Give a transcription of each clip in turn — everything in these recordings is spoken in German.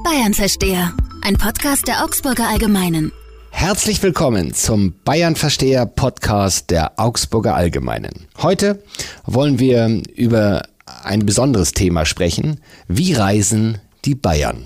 Bayernversteher, ein Podcast der Augsburger Allgemeinen. Herzlich willkommen zum Bayernversteher-Podcast der Augsburger Allgemeinen. Heute wollen wir über ein besonderes Thema sprechen. Wie reisen die Bayern?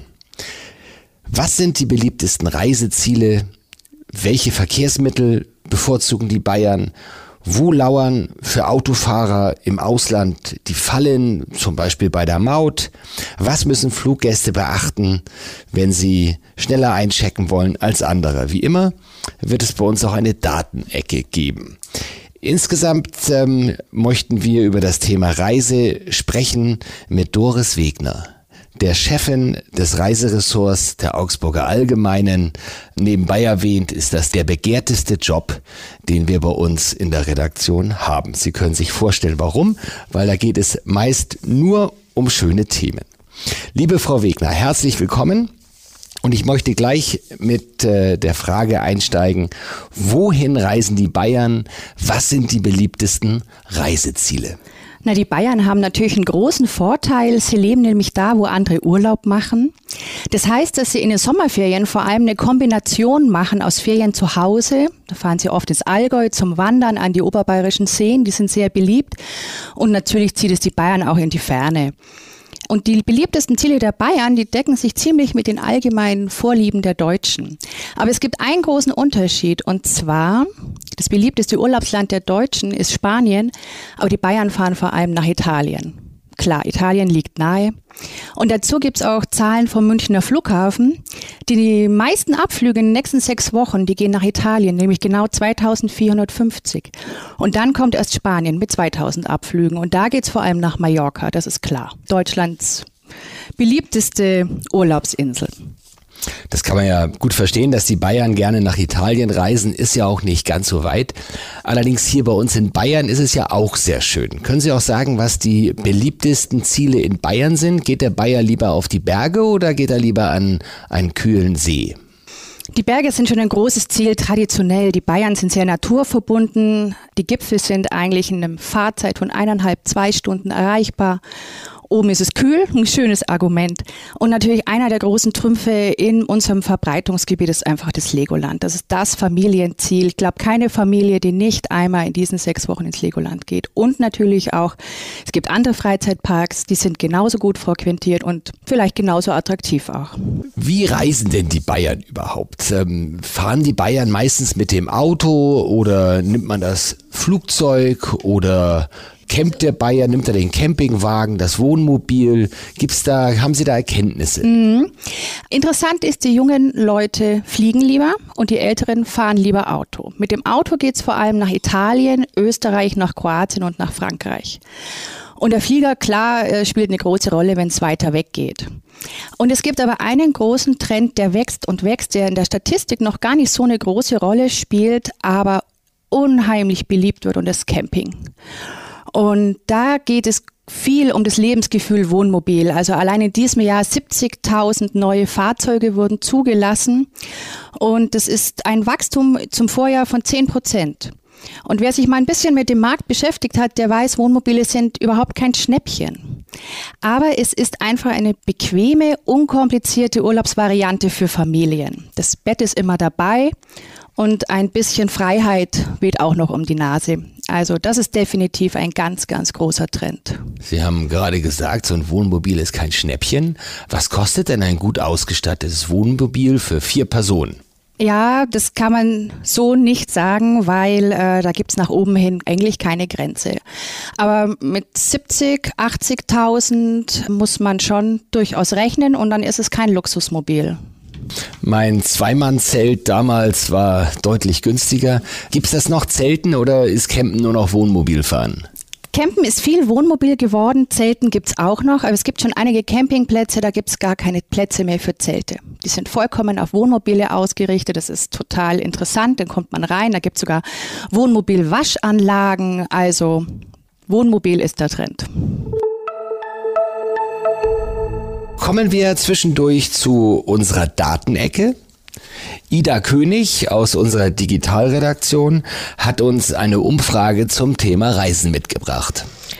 Was sind die beliebtesten Reiseziele? Welche Verkehrsmittel bevorzugen die Bayern? Wo lauern für Autofahrer im Ausland die Fallen, zum Beispiel bei der Maut? Was müssen Fluggäste beachten, wenn sie schneller einchecken wollen als andere? Wie immer wird es bei uns auch eine Datenecke geben. Insgesamt möchten wir über das Thema Reise sprechen mit Doris Wegner, der Chefin des Reiseressorts der Augsburger Allgemeinen. Nebenbei erwähnt ist das der begehrteste Job, den wir bei uns in der Redaktion haben. Sie können sich vorstellen, warum, weil da geht es meist nur um schöne Themen. Liebe Frau Wegner, herzlich willkommen. Und ich möchte gleich mit der Frage einsteigen, wohin reisen die Bayern? Was sind die beliebtesten Reiseziele? Na, die Bayern haben natürlich einen großen Vorteil. Sie leben nämlich da, wo andere Urlaub machen. Das heißt, dass sie in den Sommerferien vor allem eine Kombination machen aus Ferien zu Hause. Da fahren sie oft ins Allgäu zum Wandern an die oberbayerischen Seen. Die sind sehr beliebt. Und natürlich zieht es die Bayern auch in die Ferne. Und die beliebtesten Ziele der Bayern, die decken sich ziemlich mit den allgemeinen Vorlieben der Deutschen. Aber es gibt einen großen Unterschied, und zwar, das beliebteste Urlaubsland der Deutschen ist Spanien, aber die Bayern fahren vor allem nach Italien. Klar, Italien liegt nahe. Und dazu gibt's auch Zahlen vom Münchner Flughafen. Die meisten Abflüge in den nächsten 6 Wochen, die gehen nach Italien, nämlich genau 2450. Und dann kommt erst Spanien mit 2000 Abflügen. Und da geht's vor allem nach Mallorca, das ist klar. Deutschlands beliebteste Urlaubsinsel. Das kann man ja gut verstehen, dass die Bayern gerne nach Italien reisen, ist ja auch nicht ganz so weit. Allerdings hier bei uns in Bayern ist es ja auch sehr schön. Können Sie auch sagen, was die beliebtesten Ziele in Bayern sind? Geht der Bayer lieber auf die Berge oder geht er lieber an einen kühlen See? Die Berge sind schon ein großes Ziel, traditionell. Die Bayern sind sehr naturverbunden. Die Gipfel sind eigentlich in einer Fahrzeit von 1,5-2 Stunden erreichbar. Oben ist es kühl, ein schönes Argument. Und natürlich einer der großen Trümpfe in unserem Verbreitungsgebiet ist einfach das Legoland. Das ist das Familienziel. Ich glaube, keine Familie, die nicht einmal in diesen 6 Wochen ins Legoland geht. Und natürlich auch, es gibt andere Freizeitparks, die sind genauso gut frequentiert und vielleicht genauso attraktiv auch. Wie reisen denn die Bayern überhaupt? Fahren die Bayern meistens mit dem Auto oder nimmt man das Flugzeug oder campt der Bayer, nimmt er den Campingwagen, das Wohnmobil? Haben Sie da Erkenntnisse? Interessant ist, die jungen Leute fliegen lieber und die Älteren fahren lieber Auto. Mit dem Auto geht's vor allem nach Italien, Österreich, nach Kroatien und nach Frankreich. Und der Flieger, klar, spielt eine große Rolle, wenn es weiter weg geht. Und es gibt aber einen großen Trend, der wächst und wächst, der in der Statistik noch gar nicht so eine große Rolle spielt, aber unheimlich beliebt wird, und das Camping. Und da geht es viel um das Lebensgefühl Wohnmobil. Also allein in diesem Jahr 70.000 neue Fahrzeuge wurden zugelassen. Und das ist ein Wachstum zum Vorjahr von 10%. Und wer sich mal ein bisschen mit dem Markt beschäftigt hat, der weiß, Wohnmobile sind überhaupt kein Schnäppchen. Aber es ist einfach eine bequeme, unkomplizierte Urlaubsvariante für Familien. Das Bett ist immer dabei und ein bisschen Freiheit weht auch noch um die Nase. Also das ist definitiv ein ganz, ganz großer Trend. Sie haben gerade gesagt, so ein Wohnmobil ist kein Schnäppchen. Was kostet denn ein gut ausgestattetes Wohnmobil für 4 Personen? Ja, das kann man so nicht sagen, weil da gibt's nach oben hin eigentlich keine Grenze. Aber mit 70.000, 80.000 muss man schon durchaus rechnen und dann ist es kein Luxusmobil. Mein Zweimann-Zelt damals war deutlich günstiger. Gibt's das noch, Zelten, oder ist Campen nur noch Wohnmobilfahren? Campen ist viel Wohnmobil geworden, Zelten gibt's auch noch, aber es gibt schon einige Campingplätze, da gibt's gar keine Plätze mehr für Zelte. Die sind vollkommen auf Wohnmobile ausgerichtet, das ist total interessant, dann kommt man rein, da gibt's sogar Wohnmobil-Waschanlagen, also Wohnmobil ist der Trend. Kommen wir zwischendurch zu unserer Datenecke. Ida König aus unserer Digitalredaktion hat uns eine Umfrage zum Thema Reisen mitgebracht.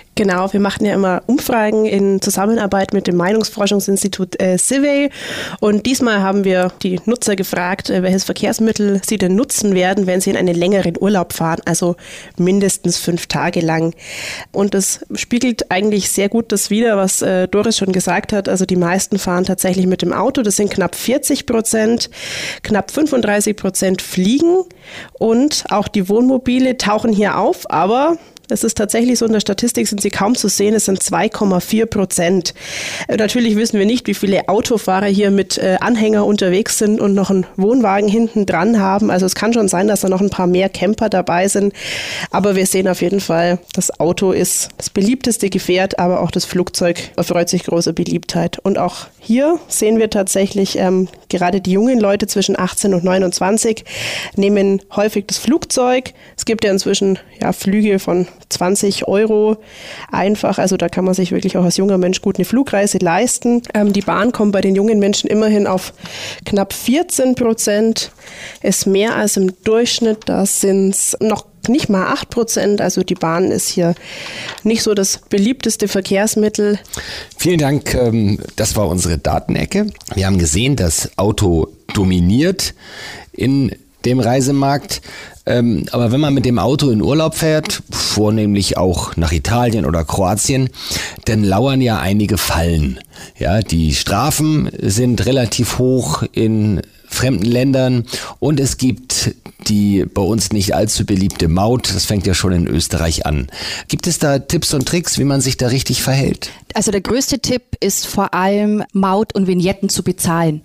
Genau, wir machen ja immer Umfragen in Zusammenarbeit mit dem Meinungsforschungsinstitut Civey und diesmal haben wir die Nutzer gefragt, welches Verkehrsmittel sie denn nutzen werden, wenn sie in einen längeren Urlaub fahren, also mindestens 5 Tage lang. Und das spiegelt eigentlich sehr gut das wider, was Doris schon gesagt hat. Also die meisten fahren tatsächlich mit dem Auto, das sind knapp 40%, knapp 35% fliegen und auch die Wohnmobile tauchen hier auf, aber es ist tatsächlich so, in der Statistik sind sie kaum zu sehen, es sind 2,4%. Natürlich wissen wir nicht, wie viele Autofahrer hier mit Anhänger unterwegs sind und noch einen Wohnwagen hinten dran haben. Also es kann schon sein, dass da noch ein paar mehr Camper dabei sind. Aber wir sehen auf jeden Fall, das Auto ist das beliebteste Gefährt, aber auch das Flugzeug erfreut sich großer Beliebtheit. Und auch hier sehen wir tatsächlich, gerade die jungen Leute zwischen 18 und 29 nehmen häufig das Flugzeug. Es gibt ja inzwischen Flüge von 20 € einfach, also da kann man sich wirklich auch als junger Mensch gut eine Flugreise leisten. Die Bahn kommt bei den jungen Menschen immerhin auf knapp 14%, ist mehr als im Durchschnitt, da sind es noch nicht mal 8%, also die Bahn ist hier nicht so das beliebteste Verkehrsmittel. Vielen Dank, das war unsere Datenecke. Wir haben gesehen, das Auto dominiert in dem Reisemarkt. Aber wenn man mit dem Auto in Urlaub fährt, vornehmlich auch nach Italien oder Kroatien, dann lauern ja einige Fallen. Ja, die Strafen sind relativ hoch in fremden Ländern und es gibt die bei uns nicht allzu beliebte Maut. Das fängt ja schon in Österreich an. Gibt es da Tipps und Tricks, wie man sich da richtig verhält? Also der größte Tipp ist vor allem, Maut und Vignetten zu bezahlen.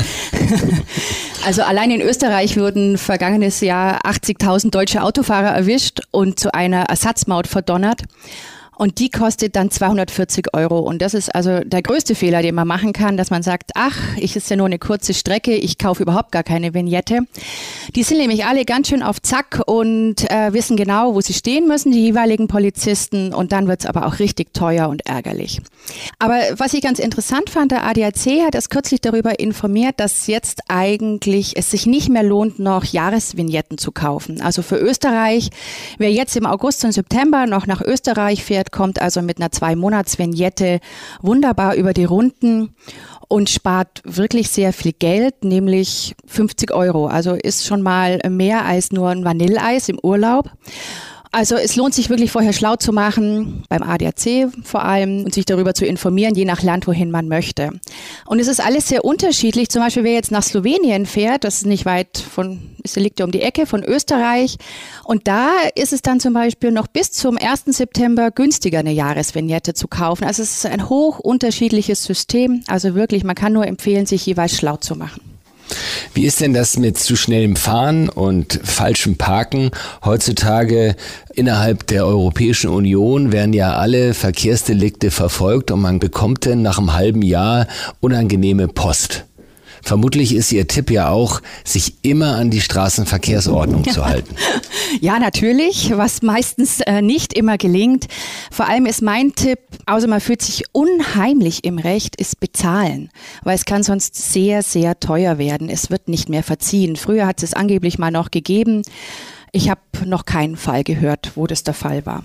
Also allein in Österreich wurden vergangenes Jahr 80.000 deutsche Autofahrer erwischt und zu einer Ersatzmaut verdonnert. Und die kostet dann 240 €. Und das ist also der größte Fehler, den man machen kann, dass man sagt, ich ist ja nur eine kurze Strecke, ich kaufe überhaupt gar keine Vignette. Die sind nämlich alle ganz schön auf Zack und wissen genau, wo sie stehen müssen, die jeweiligen Polizisten. Und dann wird es aber auch richtig teuer und ärgerlich. Aber was ich ganz interessant fand, der ADAC hat erst kürzlich darüber informiert, dass jetzt eigentlich es sich nicht mehr lohnt, noch Jahresvignetten zu kaufen. Also für Österreich, wer jetzt im August und September noch nach Österreich fährt, kommt also mit einer 2-Monats-Vignette wunderbar über die Runden und spart wirklich sehr viel Geld, nämlich 50 €. Also ist schon mal mehr als nur ein Vanilleeis im Urlaub. Also es lohnt sich wirklich vorher schlau zu machen, beim ADAC vor allem, und sich darüber zu informieren, je nach Land, wohin man möchte. Und es ist alles sehr unterschiedlich. Zum Beispiel, wer jetzt nach Slowenien fährt, das ist nicht weit es liegt ja um die Ecke von Österreich. Und da ist es dann zum Beispiel noch bis zum 1. September günstiger, eine Jahresvignette zu kaufen. Also es ist ein hoch unterschiedliches System. Also wirklich, man kann nur empfehlen, sich jeweils schlau zu machen. Wie ist denn das mit zu schnellem Fahren und falschem Parken? Heutzutage innerhalb der Europäischen Union werden ja alle Verkehrsdelikte verfolgt und man bekommt dann nach einem halben Jahr unangenehme Post. Vermutlich ist Ihr Tipp ja auch, sich immer an die Straßenverkehrsordnung zu halten. Ja, natürlich, was meistens nicht immer gelingt. Vor allem ist mein Tipp, außer man fühlt sich unheimlich im Recht, ist bezahlen. Weil es kann sonst sehr, sehr teuer werden. Es wird nicht mehr verziehen. Früher hat es angeblich mal noch gegeben. Ich habe noch keinen Fall gehört, wo das der Fall war.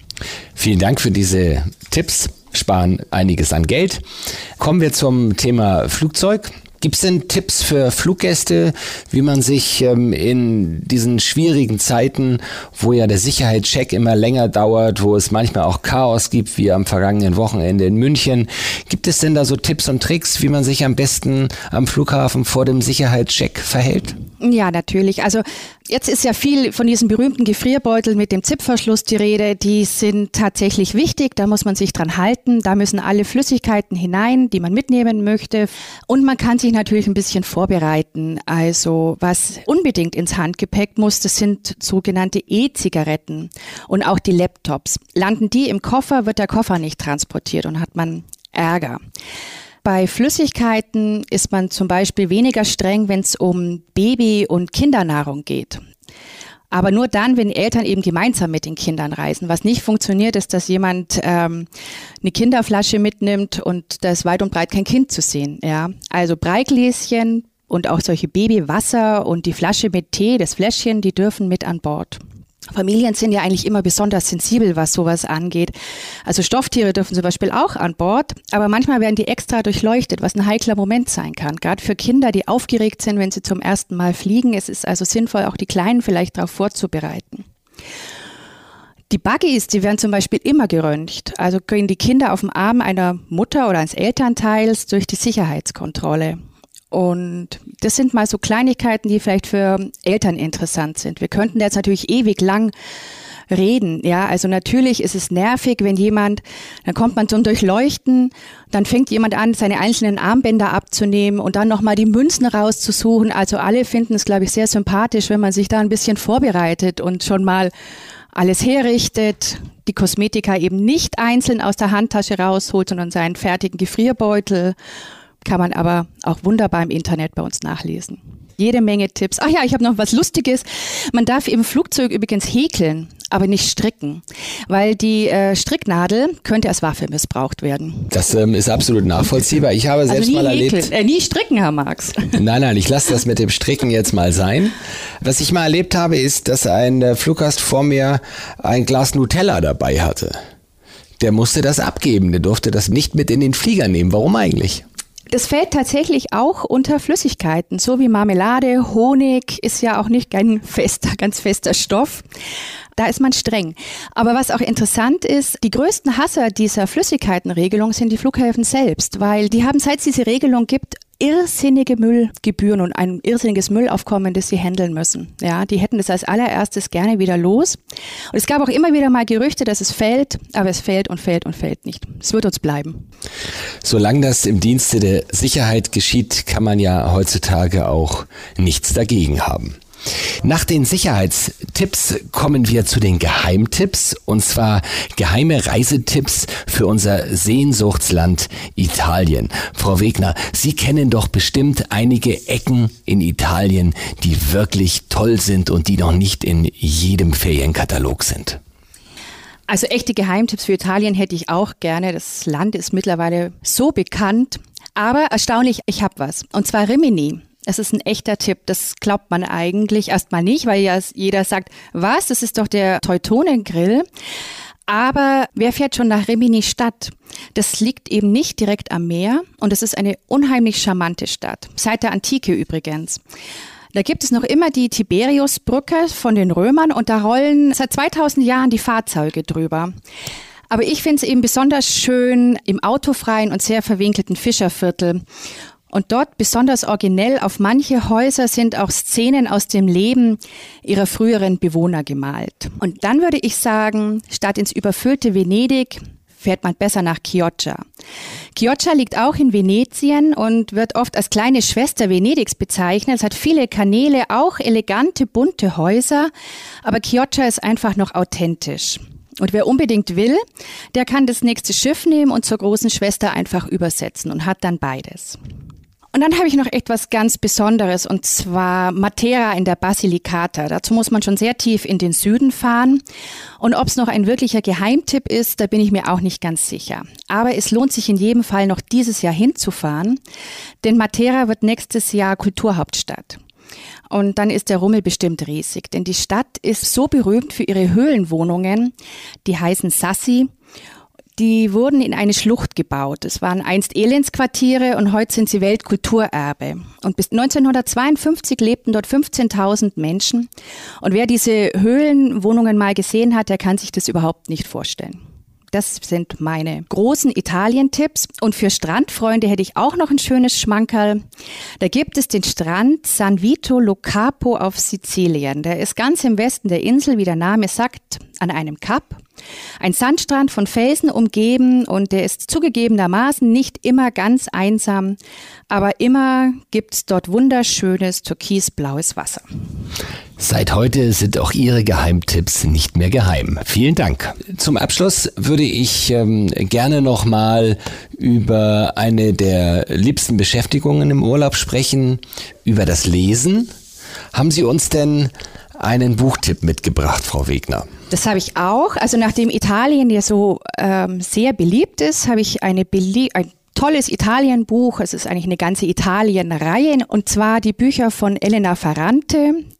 Vielen Dank für diese Tipps. Sparen einiges an Geld. Kommen wir zum Thema Flugzeug. Gibt es denn Tipps für Fluggäste, wie man sich in diesen schwierigen Zeiten, wo ja der Sicherheitscheck immer länger dauert, wo es manchmal auch Chaos gibt, wie am vergangenen Wochenende in München, gibt es denn da so Tipps und Tricks, wie man sich am besten am Flughafen vor dem Sicherheitscheck verhält? Ja, natürlich. Also jetzt ist ja viel von diesen berühmten Gefrierbeuteln mit dem Zipverschluss die Rede. Die sind tatsächlich wichtig, da muss man sich dran halten. Da müssen alle Flüssigkeiten hinein, die man mitnehmen möchte. Und man kann sich natürlich ein bisschen vorbereiten. Also was unbedingt ins Handgepäck muss, das sind sogenannte E-Zigaretten und auch die Laptops. Landen die im Koffer, wird der Koffer nicht transportiert und hat man Ärger. Bei Flüssigkeiten ist man zum Beispiel weniger streng, wenn es um Baby- und Kindernahrung geht. Aber nur dann, wenn Eltern eben gemeinsam mit den Kindern reisen. Was nicht funktioniert, ist, dass jemand eine Kinderflasche mitnimmt und da ist weit und breit kein Kind zu sehen. Ja? Also Breigläschen und auch solche Babywasser und die Flasche mit Tee, das Fläschchen, die dürfen mit an Bord. Familien sind ja eigentlich immer besonders sensibel, was sowas angeht. Also Stofftiere dürfen zum Beispiel auch an Bord, aber manchmal werden die extra durchleuchtet, was ein heikler Moment sein kann. Gerade für Kinder, die aufgeregt sind, wenn sie zum ersten Mal fliegen. Es ist also sinnvoll, auch die Kleinen vielleicht darauf vorzubereiten. Die Buggies, die werden zum Beispiel immer geröntgt. Also gehen die Kinder auf dem Arm einer Mutter oder eines Elternteils durch die Sicherheitskontrolle. Und das sind mal so Kleinigkeiten, die vielleicht für Eltern interessant sind. Wir könnten jetzt natürlich ewig lang reden. Ja, also natürlich ist es nervig, wenn dann kommt man zum Durchleuchten, dann fängt jemand an, seine einzelnen Armbänder abzunehmen und dann nochmal die Münzen rauszusuchen. Also alle finden es, glaube ich, sehr sympathisch, wenn man sich da ein bisschen vorbereitet und schon mal alles herrichtet, die Kosmetika eben nicht einzeln aus der Handtasche rausholt, sondern seinen fertigen Gefrierbeutel. Kann man aber auch wunderbar im Internet bei uns nachlesen. Jede Menge Tipps. Ach ja, ich habe noch was Lustiges. Man darf im Flugzeug übrigens häkeln, aber nicht stricken, weil die Stricknadel könnte als Waffe missbraucht werden. Das ist absolut nachvollziehbar. Ich habe selbst mal erlebt. Nie stricken, Herr Marx. Nein, ich lasse das mit dem Stricken jetzt mal sein. Was ich mal erlebt habe, ist, dass ein Fluggast vor mir ein Glas Nutella dabei hatte. Der musste das abgeben, der durfte das nicht mit in den Flieger nehmen. Warum eigentlich? Das fällt tatsächlich auch unter Flüssigkeiten, so wie Marmelade, Honig ist ja auch nicht ganz fester Stoff. Da ist man streng. Aber was auch interessant ist, die größten Hasser dieser Flüssigkeitenregelung sind die Flughäfen selbst, weil die haben, seit es diese Regelung gibt, irrsinnige Müllgebühren und ein irrsinniges Müllaufkommen, das sie handeln müssen. Ja, die hätten das als allererstes gerne wieder los. Und es gab auch immer wieder mal Gerüchte, dass es fällt, aber es fällt und fällt und fällt nicht. Es wird uns bleiben. Solange das im Dienste der Sicherheit geschieht, kann man ja heutzutage auch nichts dagegen haben. Nach den Sicherheitstipps kommen wir zu den Geheimtipps, und zwar geheime Reisetipps für unser Sehnsuchtsland Italien. Frau Wegner, Sie kennen doch bestimmt einige Ecken in Italien, die wirklich toll sind und die noch nicht in jedem Ferienkatalog sind. Also echte Geheimtipps für Italien hätte ich auch gerne. Das Land ist mittlerweile so bekannt, aber erstaunlich, ich habe was, und zwar Rimini. Es ist ein echter Tipp, das glaubt man eigentlich erstmal nicht, weil ja jeder sagt, was, das ist doch der Teutonengrill. Aber wer fährt schon nach Rimini Stadt? Das liegt eben nicht direkt am Meer und es ist eine unheimlich charmante Stadt, seit der Antike übrigens. Da gibt es noch immer die Tiberiusbrücke von den Römern und da rollen seit 2000 Jahren die Fahrzeuge drüber. Aber ich finde es eben besonders schön im autofreien und sehr verwinkelten Fischerviertel. Und dort besonders originell auf manche Häuser sind auch Szenen aus dem Leben ihrer früheren Bewohner gemalt. Und dann würde ich sagen, statt ins überfüllte Venedig fährt man besser nach Chioggia. Chioggia liegt auch in Venetien und wird oft als kleine Schwester Venedigs bezeichnet. Es hat viele Kanäle, auch elegante, bunte Häuser, aber Chioggia ist einfach noch authentisch. Und wer unbedingt will, der kann das nächste Schiff nehmen und zur großen Schwester einfach übersetzen und hat dann beides. Und dann habe ich noch etwas ganz Besonderes, und zwar Matera in der Basilicata. Dazu muss man schon sehr tief in den Süden fahren. Und ob es noch ein wirklicher Geheimtipp ist, da bin ich mir auch nicht ganz sicher. Aber es lohnt sich in jedem Fall noch dieses Jahr hinzufahren, denn Matera wird nächstes Jahr Kulturhauptstadt. Und dann ist der Rummel bestimmt riesig, denn die Stadt ist so berühmt für ihre Höhlenwohnungen, die heißen Sassi. Die wurden in eine Schlucht gebaut. Es waren einst Elendsquartiere und heute sind sie Weltkulturerbe. Und bis 1952 lebten dort 15.000 Menschen. Und wer diese Höhlenwohnungen mal gesehen hat, der kann sich das überhaupt nicht vorstellen. Das sind meine großen Italien-Tipps. Und für Strandfreunde hätte ich auch noch ein schönes Schmankerl. Da gibt es den Strand San Vito Lo Capo auf Sizilien. Der ist ganz im Westen der Insel, wie der Name sagt, an einem Kap. Ein Sandstrand von Felsen umgeben und der ist zugegebenermaßen nicht immer ganz einsam, aber immer gibt's dort wunderschönes türkisblaues Wasser. Seit heute sind auch Ihre Geheimtipps nicht mehr geheim. Vielen Dank. Zum Abschluss würde ich gerne nochmal über eine der liebsten Beschäftigungen im Urlaub sprechen, über das Lesen. Haben Sie uns denn einen Buchtipp mitgebracht, Frau Wegner? Das habe ich auch. Also nachdem Italien ja so sehr beliebt ist, habe ich ein tolles Italienbuch. Es ist eigentlich eine ganze Italien-Reihe, und zwar die Bücher von Elena Ferrante.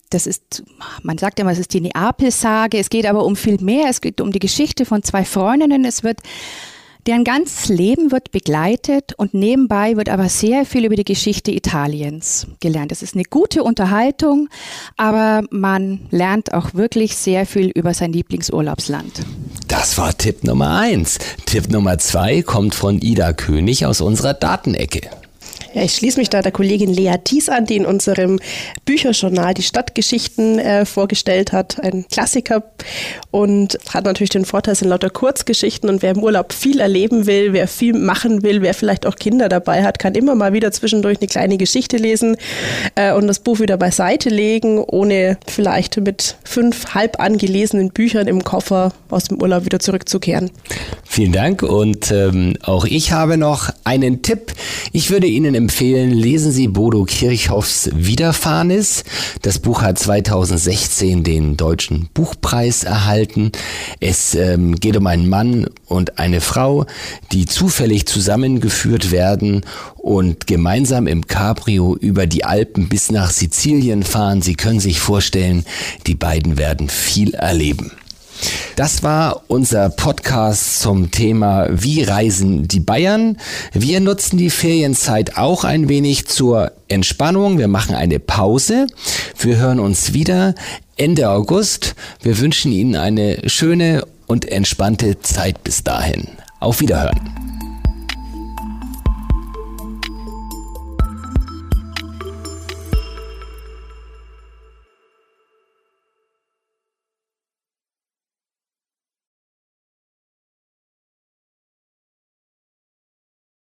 man sagt immer, es ist die Neapel-Sage, es geht aber um viel mehr, es geht um die Geschichte von 2 Freundinnen, deren ganzes Leben wird begleitet und nebenbei wird aber sehr viel über die Geschichte Italiens gelernt. Es ist eine gute Unterhaltung, aber man lernt auch wirklich sehr viel über sein Lieblingsurlaubsland. Das war Tipp Nummer 1. Tipp Nummer 2 kommt von Ida König aus unserer Datenecke. Ja, ich schließe mich da der Kollegin Lea Thies an, die in unserem Bücherjournal die Stadtgeschichten vorgestellt hat. Ein Klassiker und hat natürlich den Vorteil, es sind lauter Kurzgeschichten und wer im Urlaub viel erleben will, wer viel machen will, wer vielleicht auch Kinder dabei hat, kann immer mal wieder zwischendurch eine kleine Geschichte lesen und das Buch wieder beiseite legen, ohne vielleicht mit 5 halb angelesenen Büchern im Koffer aus dem Urlaub wieder zurückzukehren. Vielen Dank und auch ich habe noch einen Tipp. Ich würde Ihnen empfehlen, lesen Sie Bodo Kirchhoffs Widerfahnis. Das Buch hat 2016 den Deutschen Buchpreis erhalten. Es geht um einen Mann und eine Frau, die zufällig zusammengeführt werden und gemeinsam im Cabrio über die Alpen bis nach Sizilien fahren. Sie können sich vorstellen, die beiden werden viel erleben. Das war unser Podcast zum Thema Wie reisen die Bayern? Wir nutzen die Ferienzeit auch ein wenig zur Entspannung. Wir machen eine Pause. Wir hören uns wieder Ende August. Wir wünschen Ihnen eine schöne und entspannte Zeit bis dahin. Auf Wiederhören.